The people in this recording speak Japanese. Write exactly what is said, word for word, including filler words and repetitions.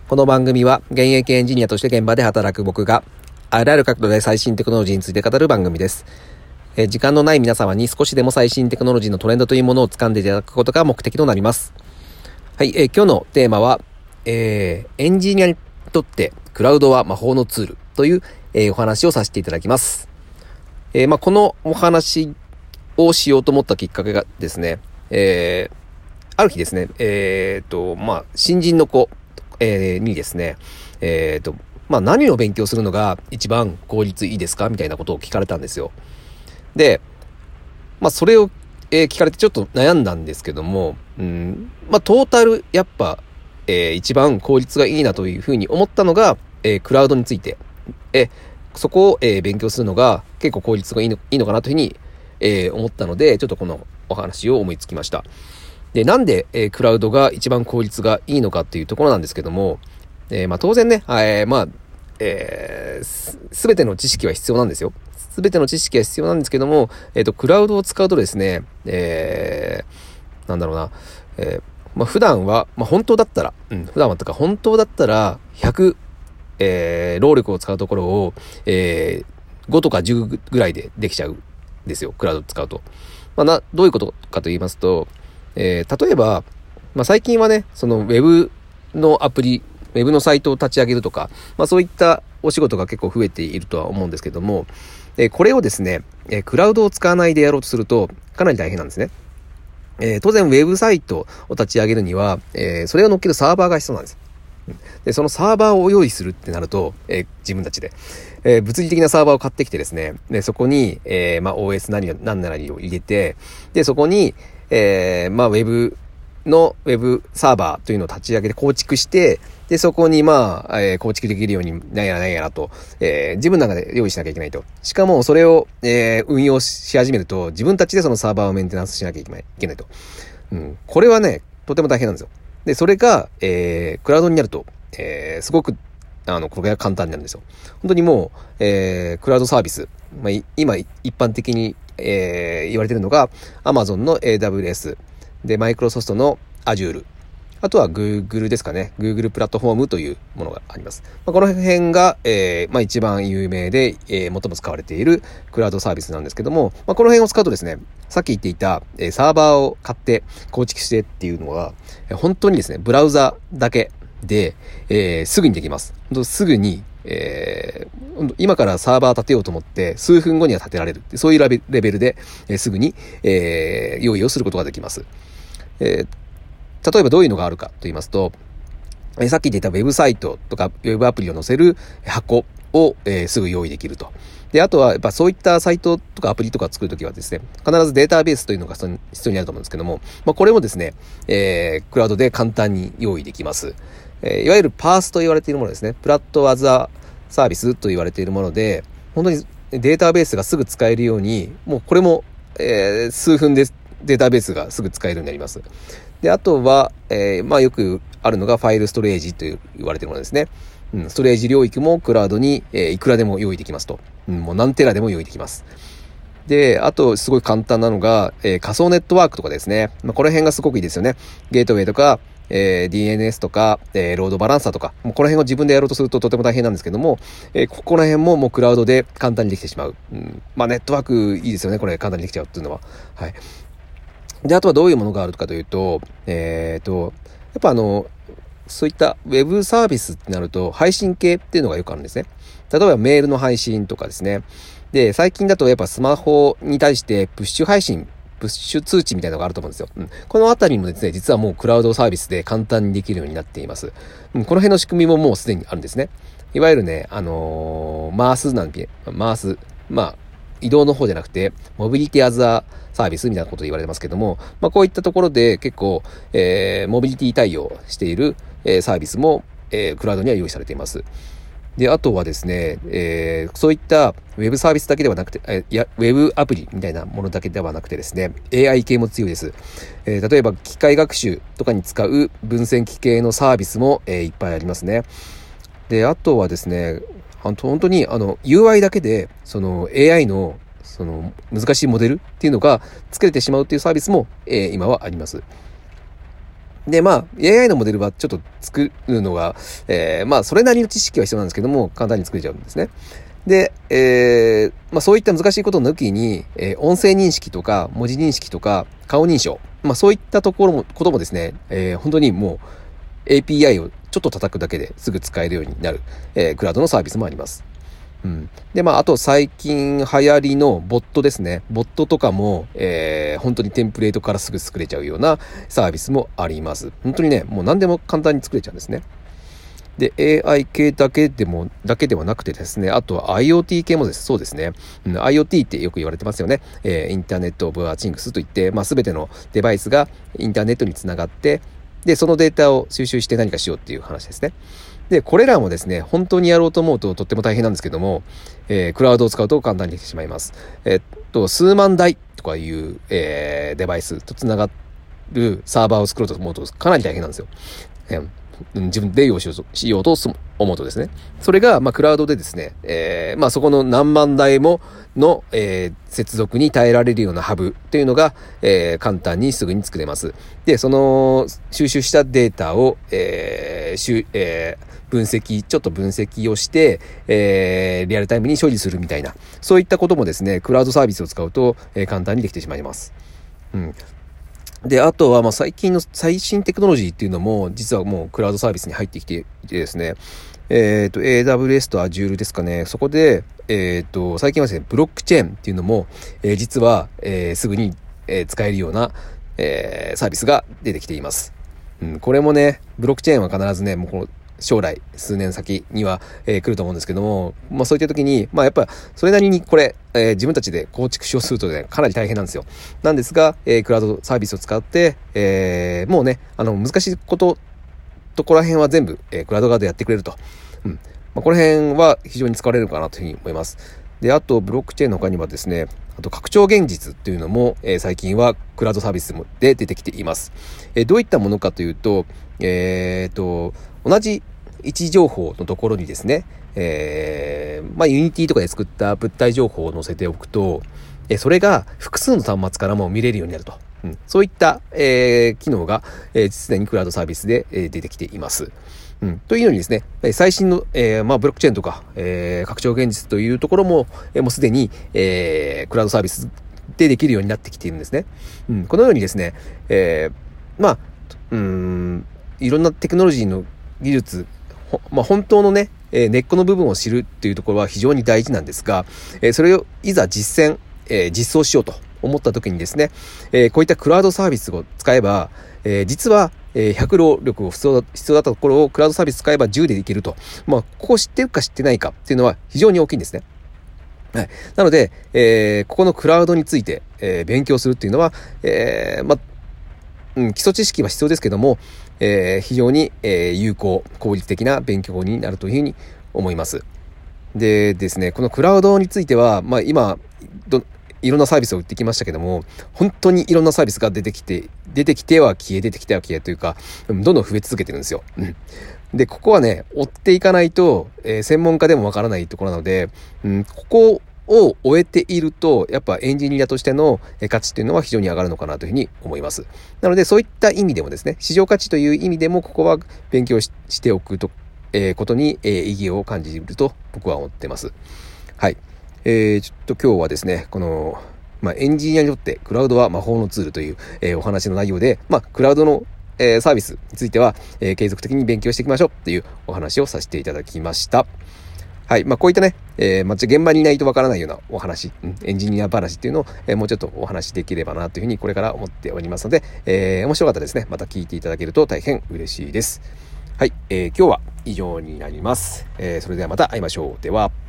この番組は現役エンジニアとして現場で働く僕があらゆる角度で最新テクノロジーについて語る番組です。えー、時間のない皆様に少しでも最新テクノロジーのトレンドというものを掴んでいただくことが目的となります。はい、えー、今日のテーマは、えー、エンジニアにとってクラウドは魔法のツールという、えー、お話をさせていただきます。えーまあ、このお話をしようと思ったきっかけがですね、えー、ある日ですね、えーと、まあ、新人の子、えー、にですね、えーと、まあ、何を勉強するのが一番効率いいですかみたいなことを聞かれたんですよ。で、まあ、それを、えー、聞かれてちょっと悩んだんですけども、うん、まあ、トータル、やっぱ、えー、一番効率がいいなというふうに思ったのが、えー、クラウドについて、えー、そこを、えー、勉強するのが結構効率がいいの、いいのかなというふうに、えー、思ったので、ちょっとこのお話を思いつきました。で、なんで、えー、クラウドが一番効率がいいのかっていうところなんですけども、えー、まあ当然ね、えー、まあ、えー、す、すべての知識は必要なんですよ。すべての知識は必要なんですけども、えっと、クラウドを使うとですね、えー、なんだろうな、えー、まあ普段は、まあ本当だったら、うん、普段はとか本当だったらひゃく、えー、労力を使うところを、えー、ごとかじゅうぐらいでできちゃうんですよ、クラウドを使うと。まあな、どういうことかと言いますと、えー、例えば、まあ、最近はね、そのウェブのアプリ、ウェブのサイトを立ち上げるとか、まあそういったお仕事が結構増えているとは思うんですけども、えー、これをですね、えー、クラウドを使わないでやろうとするとかなり大変なんですね。えー、当然ウェブサイトを立ち上げるには、えー、それを乗っけるサーバーが必要なんです。で、そのサーバーを用意するってなると、えー、自分たちで、えー、物理的なサーバーを買ってきてですね、で、そこに、えー、まあ オーエス 何、何なりを入れて、で、そこに、えー、まあ、ウェブのウェブサーバーというのを立ち上げて構築して、で、そこにまあ、えー、構築できるようになんやらなんやらと、えー、自分の中で用意しなきゃいけないと。しかも、それを、えー、運用し始めると、自分たちでそのサーバーをメンテナンスしなきゃいけない、いけないと。うん。これはね、とても大変なんですよ。で、それが、えー、クラウドになると、えー、すごく、あの、これが簡単になるんですよ。本当にもう、えー、クラウドサービス、まあ、今、一般的に、えー、言われているのが Amazon の エーダブリューエス で Microsoft の Azure、 あとは Google ですかね、 Google プラットフォームというものがあります。まあ、この辺が、えーまあ、一番有名で、えー、最も使われているクラウドサービスなんですけども、まあ、この辺を使うとですね、さっき言っていた、えー、サーバーを買って構築してっていうのは、えー、本当にですね、ブラウザだけで、えー、すぐにできます。本当すぐに、えー、今からサーバー立てようと思って数分後には立てられる。そういうレベルで、えー、すぐに、えー、用意をすることができます。えー、例えばどういうのがあるかと言いますと、えー、さっき言っていたウェブサイトとかウェブアプリを載せる箱を、えー、すぐ用意できると。で、あとはやっぱそういったサイトとかアプリとか作るときはですね、必ずデータベースというのが必要になると思うんですけども、まあ、これもですね、えー、クラウドで簡単に用意できます。えー、いわゆるパースと言われているものですね。プラットアザサービスと言われているもので、本当にデータベースがすぐ使えるように、もうこれも、えー、数分でデータベースがすぐ使えるようになります。で、あとは、えー、まあよくあるのがファイルストレージと言われているものですね。うん、ストレージ領域もクラウドに、えー、いくらでも用意できますと。うん、もう何テラでも用意できます。で、あとすごい簡単なのが、えー、仮想ネットワークとかですね。まあ、この辺がすごくいいですよね。ゲートウェイとか、えー、ディーエヌエス とか、えー、ロードバランサーとか、もうこの辺を自分でやろうとするととても大変なんですけども、えー、ここら辺ももうクラウドで簡単にできてしまう。うん、まあネットワークいいですよね。これ簡単にできちゃうっていうのは。はい。で、あとはどういうものがあるかというと、えーと、やっぱあの、そういったウェブサービスってなると配信系っていうのがよくあるんですね。例えばメールの配信とかですね。で、最近だとやっぱスマホに対してプッシュ配信、プッシュ通知みたいなのがあると思うんですよ。うん、このあたりもですね、実はもうクラウドサービスで簡単にできるようになっています。うん、この辺の仕組みももうすでにあるんですね。いわゆるね、あのー、マースなんて、マース、まあ、移動の方じゃなくて、モビリティアザーサービスみたいなことで言われてますけども、まあこういったところで結構、えー、モビリティ対応している、えー、サービスも、えー、クラウドには用意されています。で、あとはですね、えー、そういったウェブサービスだけではなくて、えいや、ウェブアプリみたいなものだけではなくてですね、エーアイ 系も強いです。えー、例えば機械学習とかに使う分析系のサービスも、えー、いっぱいありますね。で、あとはですね、本当にあの ユーアイ だけでその エーアイ のその難しいモデルっていうのが作れてしまうっていうサービスも、えー、今はあります。 で、まあ、エーアイ のモデルはちょっと作るのが、えー、まあ、それなりの知識は必要なんですけども、簡単に作れちゃうんですね。で、えー、まあ、そういった難しいことを抜きに、えー、音声認識とか、文字認識とか、顔認証、まあ、そういったところも、こともですね、えー、本当にもう、エーピーアイ をちょっと叩くだけですぐ使えるようになる、えー、クラウドのサービスもあります。うん。で、まあ、あと最近流行りのボットですね。ボットとかも、えー、本当にテンプレートからすぐ作れちゃうようなサービスもあります。本当にね、もう何でも簡単に作れちゃうんですね。で、エーアイ 系だけでも、だけではなくてですね、あとは IoT 系もです、そうですね。うん、IoT ってよく言われてますよね。えー、インターネットオブアチングスといって、まあ、すべてのデバイスがインターネットにつながって、で、そのデータを収集して何かしようっていう話ですね。で、これらもですね、本当にやろうと思うととっても大変なんですけども、えー、クラウドを使うと簡単にできてしまいます。えー、っと、数万台とかいう、えー、デバイスとつながるサーバーを作ろうと思うとかなり大変なんですよ。えー自分で利用しようと、しようと思うとですね。それが、まあ、クラウドでですね、えー、まあ、そこの何万台もの、えー、接続に耐えられるようなハブっていうのが、えー、簡単にすぐに作れます。で、その、収集したデータを、えー、しゅ、えー、分析、ちょっと分析をして、えー、リアルタイムに処理するみたいな、そういったこともですね、クラウドサービスを使うと、えー、簡単にできてしまいます。うん。で、あとは、ま、最近の最新テクノロジーっていうのも、実はもうクラウドサービスに入ってきていてですね、えっと、エーダブリューエス と Azure ですかね、そこで、えっと、最近はですね、ブロックチェーンっていうのも、えー、実は、えー、すぐに、えー、使えるような、えー、サービスが出てきています。うん、これもね、ブロックチェーンは必ずね、もうこの、将来、数年先には、えー、来ると思うんですけども、まあそういった時に、まあやっぱ、それなりにこれ、えー、自分たちで構築しようとするとね、かなり大変なんですよ。なんですが、えー、クラウドサービスを使って、えー、もうね、あの、難しいこと、ところら辺は全部、えー、クラウド側でやってくれると。うん。まあこの辺は非常に使われるかなというふうに思います。で、あと、ブロックチェーンの他にはですね、あと、拡張現実っていうのも、えー、最近はクラウドサービスで出てきています。えー、どういったものかというと、えーと、同じ位置情報のところにですね、えー、まあ、ユニティとかで作った物体情報を載せておくと、えー、それが複数の端末からも見れるようになると。うん、そういった、えー、機能が、えー、すでにクラウドサービスで、えー、出てきています。うん、というようにですね、最新の、えー、まあ、ブロックチェーンとか、えー、拡張現実というところも、えー、もうすでに、えー、クラウドサービスでできるようになってきているんですね。うん、このようにですね、えー、まあ、うーん、いろんなテクノロジーの技術、まあ、本当のね、えー、根っこの部分を知るっていうところは非常に大事なんですが、えー、それをいざ実践、えー、実装しようと思った時にですね、えー、こういったクラウドサービスを使えば、えー、実は、えー、ひゃく労力を必要だ、必要だったところをクラウドサービス使えばじゅうでできると。まあ、ここを知ってるか知ってないかっていうのは非常に大きいんですね。はい。なので、えー、ここのクラウドについて、えー、勉強するっていうのは、えー、まあ、うん、基礎知識は必要ですけども、えー、非常に、えー、有効、効率的な勉強法になるというふうに思います。でですね、このクラウドについては、まあ今、ど、いろんなサービスを売ってきましたけども、本当にいろんなサービスが出てきて、出てきては消え、出てきては消えというか、どんどん増え続けてるんですよ。うん。で、ここはね、追っていかないと、えー、専門家でもわからないところなので、うん、ここを終えていると、やっぱエンジニアとしての価値っていうのは非常に上がるのかなというふうに思います。なので、そういった意味でもですね、市場価値という意味でも、ここは勉強 し, しておくと、えー、ことに、えー、意義を感じると僕は思ってます。はい。えー、ちょっと今日はですね、この、まあ、エンジニアにとってクラウドは魔法のツールという、えー、お話の内容で、まあ、クラウドのえー、サービスについては、えー、継続的に勉強していきましょうっていうお話をさせていただきました。はい。まあ、こういったね、えー、まあ、現場にいないとわからないようなお話、うん、エンジニア話っていうのを、えー、もうちょっとお話しできればなというふうにこれから思っておりますので、えー、面白かったですね。また聞いていただけると大変嬉しいです。はい。えー、今日は以上になります。えー、それではまた会いましょう。では。